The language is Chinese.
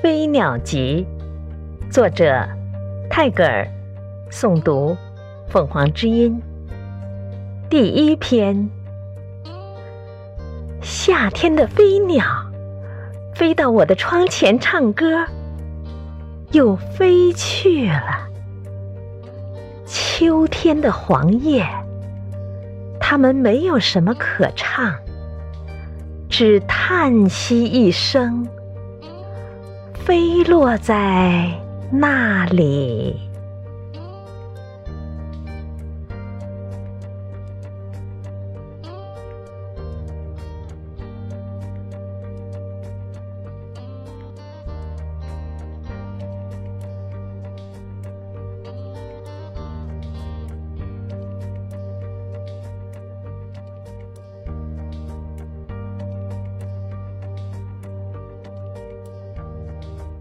飞鸟集》，作者泰戈尔，诵读凤凰之音。第一篇。夏天的飞鸟飞到我的窗前唱歌，又飞去了。秋天的黄叶，它们没有什么可唱，只叹息一声，飞落在那里。